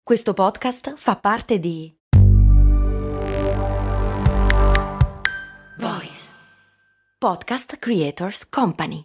Questo podcast fa parte di Voice Podcast Creators Company.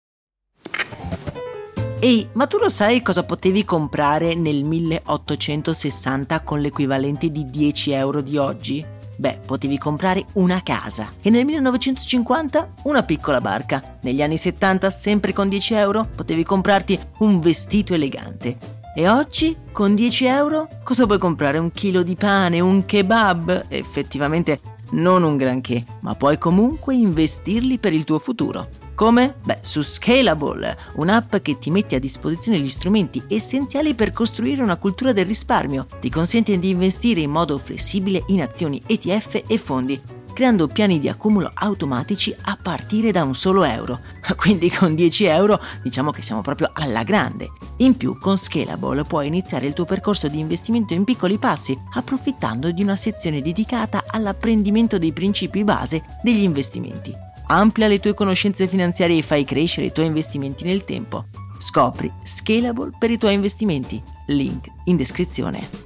Ehi, ma tu lo sai cosa potevi comprare nel 1860 con l'equivalente di 10 euro di oggi? Beh, potevi comprare una casa. E nel 1950 una piccola barca. Negli anni 70, sempre con 10 euro, potevi comprarti un vestito elegante. E oggi, con 10 euro, cosa puoi comprare? Un chilo di pane, un kebab? Effettivamente non un granché, ma puoi comunque investirli per il tuo futuro. Come? Beh, su Scalable, un'app che ti mette a disposizione gli strumenti essenziali per costruire una cultura del risparmio. Ti consente di investire in modo flessibile in azioni, ETF e fondi, creando piani di accumulo automatici a partire da un solo euro. Quindi con 10 euro diciamo che siamo proprio alla grande. In più, con Scalable puoi iniziare il tuo percorso di investimento in piccoli passi, approfittando di una sezione dedicata all'apprendimento dei principi base degli investimenti. Amplia le tue conoscenze finanziarie e fai crescere i tuoi investimenti nel tempo. Scopri Scalable per i tuoi investimenti. Link in descrizione.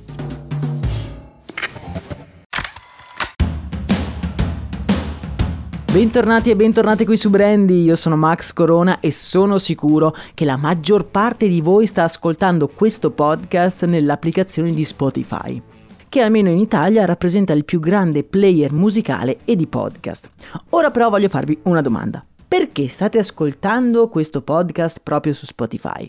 Bentornati e bentornate qui su Brandy, io sono Max Corona e sono sicuro che la maggior parte di voi sta ascoltando questo podcast nell'applicazione di Spotify, che almeno in Italia rappresenta il più grande player musicale e di podcast. Ora però voglio farvi una domanda. Perché state ascoltando questo podcast proprio su Spotify?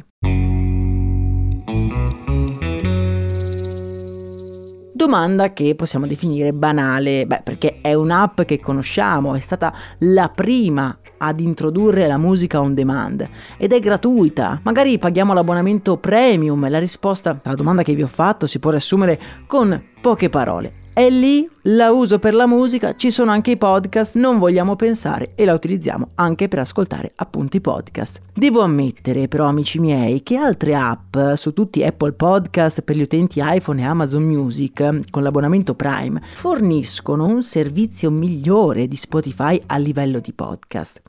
Domanda che possiamo definire banale, perché è un'app che conosciamo, è stata la prima ad introdurre la musica on demand ed è gratuita. Magari paghiamo l'abbonamento premium. La risposta alla domanda che vi ho fatto si può riassumere con poche parole. È lì, la uso per la musica, ci sono anche i podcast, non vogliamo pensare e la utilizziamo anche per ascoltare appunto i podcast. Devo ammettere però, amici miei, che altre app, su tutti Apple Podcast per gli utenti iPhone e Amazon Music con l'abbonamento Prime, forniscono un servizio migliore di Spotify a livello di podcast.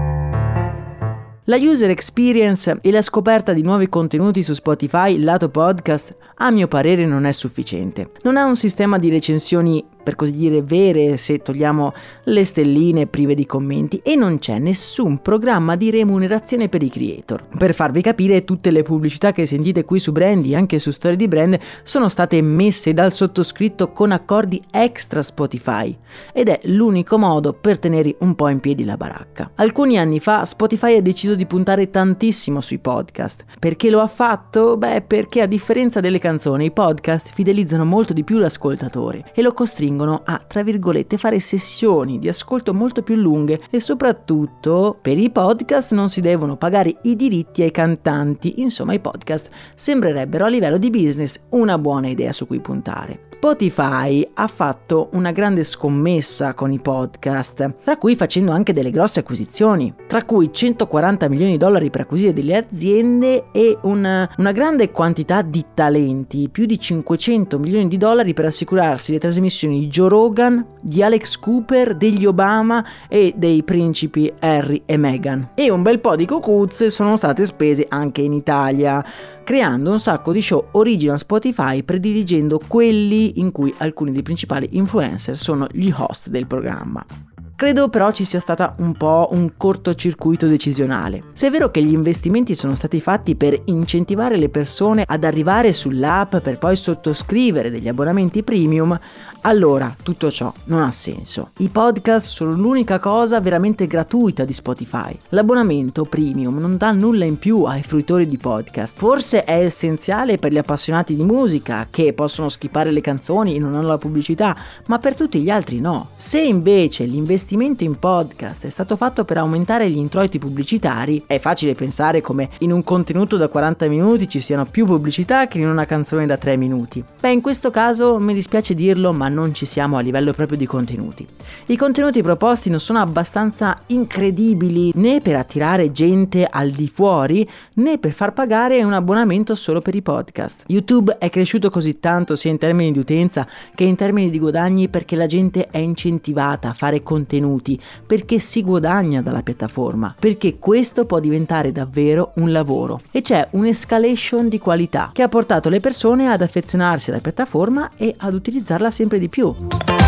La user experience e la scoperta di nuovi contenuti su Spotify lato podcast, a mio parere, non è sufficiente. Non ha un sistema di recensioni, per così dire, vere, se togliamo le stelline prive di commenti, e non c'è nessun programma di remunerazione per i creator. Per farvi capire, tutte le pubblicità che sentite qui su Brandy, anche su Storie di Brand, sono state messe dal sottoscritto con accordi extra Spotify, ed è l'unico modo per tenere un po' in piedi la baracca. Alcuni anni fa Spotify ha deciso di puntare tantissimo sui podcast. Perché lo ha fatto? Perché a differenza delle canzoni, i podcast fidelizzano molto di più l'ascoltatore e lo costringono a, tra virgolette, fare sessioni di ascolto molto più lunghe, e soprattutto per i podcast non si devono pagare i diritti ai cantanti. Insomma, i podcast sembrerebbero a livello di business una buona idea su cui puntare. Spotify ha fatto una grande scommessa con i podcast, tra cui facendo anche delle grosse acquisizioni, tra cui 140 milioni di dollari per acquisire delle aziende e una grande quantità di talenti, più di 500 milioni di dollari per assicurarsi le trasmissioni di Joe Rogan, di Alex Cooper, degli Obama e dei principi Harry e Meghan. E un bel po' di cocuzze sono state spese anche in Italia, creando un sacco di show original Spotify, prediligendo quelli in cui alcuni dei principali influencer sono gli host del programma. Credo però ci sia stata un po' un cortocircuito decisionale. Se è vero che gli investimenti sono stati fatti per incentivare le persone ad arrivare sull'app per poi sottoscrivere degli abbonamenti premium, allora tutto ciò non ha senso. I podcast sono l'unica cosa veramente gratuita di Spotify. L'abbonamento premium non dà nulla in più ai fruitori di podcast. Forse è essenziale per gli appassionati di musica, che possono skippare le canzoni e non hanno la pubblicità, ma per tutti gli altri no. Se invece l'investimento in podcast è stato fatto per aumentare gli introiti pubblicitari, è facile pensare come in un contenuto da 40 minuti ci siano più pubblicità che in una canzone da 3 minuti. In questo caso mi dispiace dirlo, ma non ci siamo a livello proprio di contenuti. I contenuti proposti non sono abbastanza incredibili né per attirare gente al di fuori né per far pagare un abbonamento solo per i podcast. YouTube è cresciuto così tanto sia in termini di utenza che in termini di guadagni perché la gente è incentivata a fare contenuti contenuti, perché si guadagna dalla piattaforma, perché questo può diventare davvero un lavoro e c'è un'escalation di qualità che ha portato le persone ad affezionarsi alla piattaforma e ad utilizzarla sempre di più.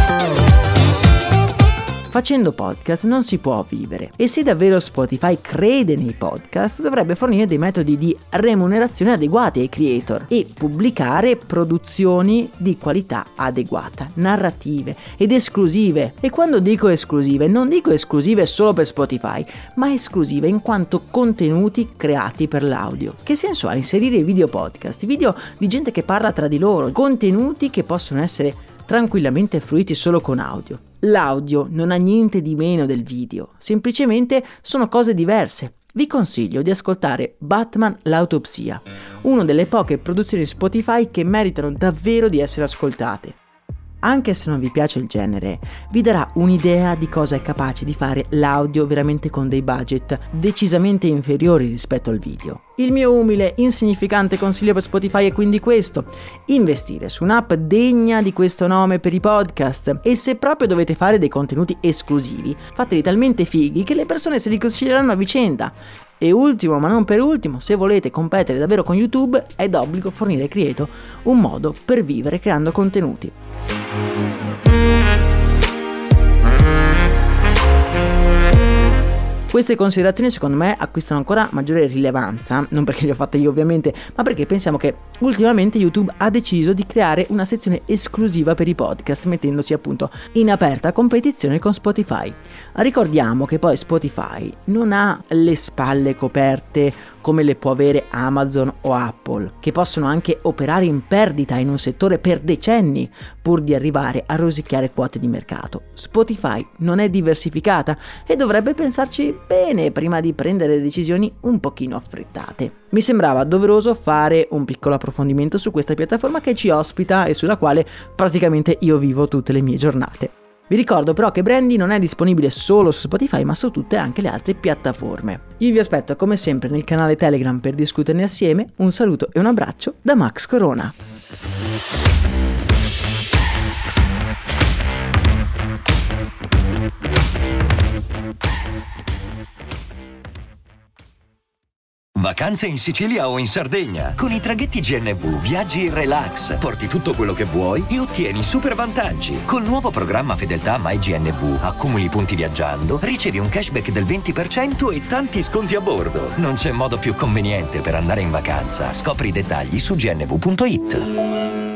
Facendo podcast non si può vivere e se davvero Spotify crede nei podcast dovrebbe fornire dei metodi di remunerazione adeguati ai creator e pubblicare produzioni di qualità adeguata, narrative ed esclusive. E quando dico esclusive non dico esclusive solo per Spotify, ma esclusive in quanto contenuti creati per l'audio. Che senso ha inserire video podcast, video di gente che parla tra di loro, contenuti che possono essere tranquillamente fruiti solo con audio? L'audio non ha niente di meno del video, semplicemente sono cose diverse. Vi consiglio di ascoltare Batman l'autopsia, una delle poche produzioni Spotify che meritano davvero di essere ascoltate. Anche se non vi piace il genere, vi darà un'idea di cosa è capace di fare l'audio veramente con dei budget decisamente inferiori rispetto al video. Il mio umile, insignificante consiglio per Spotify è quindi questo: investire su un'app degna di questo nome per i podcast, e se proprio dovete fare dei contenuti esclusivi, fateli talmente fighi che le persone se li consiglieranno a vicenda. E ultimo ma non per ultimo, se volete competere davvero con YouTube, è d'obbligo fornire ai creator un modo per vivere creando contenuti. Queste considerazioni secondo me acquistano ancora maggiore rilevanza, non perché le ho fatte io ovviamente, ma perché pensiamo che ultimamente YouTube ha deciso di creare una sezione esclusiva per i podcast, mettendosi appunto in aperta competizione con Spotify. Ricordiamo che poi Spotify non ha le spalle coperte come le può avere Amazon o Apple, che possono anche operare in perdita in un settore per decenni pur di arrivare a rosicchiare quote di mercato. Spotify non è diversificata e dovrebbe pensarci bene prima di prendere decisioni un pochino affrettate. Mi sembrava doveroso fare un piccolo approfondimento su questa piattaforma che ci ospita e sulla quale praticamente io vivo tutte le mie giornate. Vi ricordo però che Brandy non è disponibile solo su Spotify ma su tutte anche le altre piattaforme. Io vi aspetto come sempre nel canale Telegram per discuterne assieme. Un saluto e un abbraccio da Max Corona. Vacanze in Sicilia o in Sardegna. Con i traghetti GNV viaggi in relax, porti tutto quello che vuoi e ottieni super vantaggi. Col nuovo programma Fedeltà MyGNV accumuli punti viaggiando, ricevi un cashback del 20% e tanti sconti a bordo. Non c'è modo più conveniente per andare in vacanza. Scopri i dettagli su gnv.it.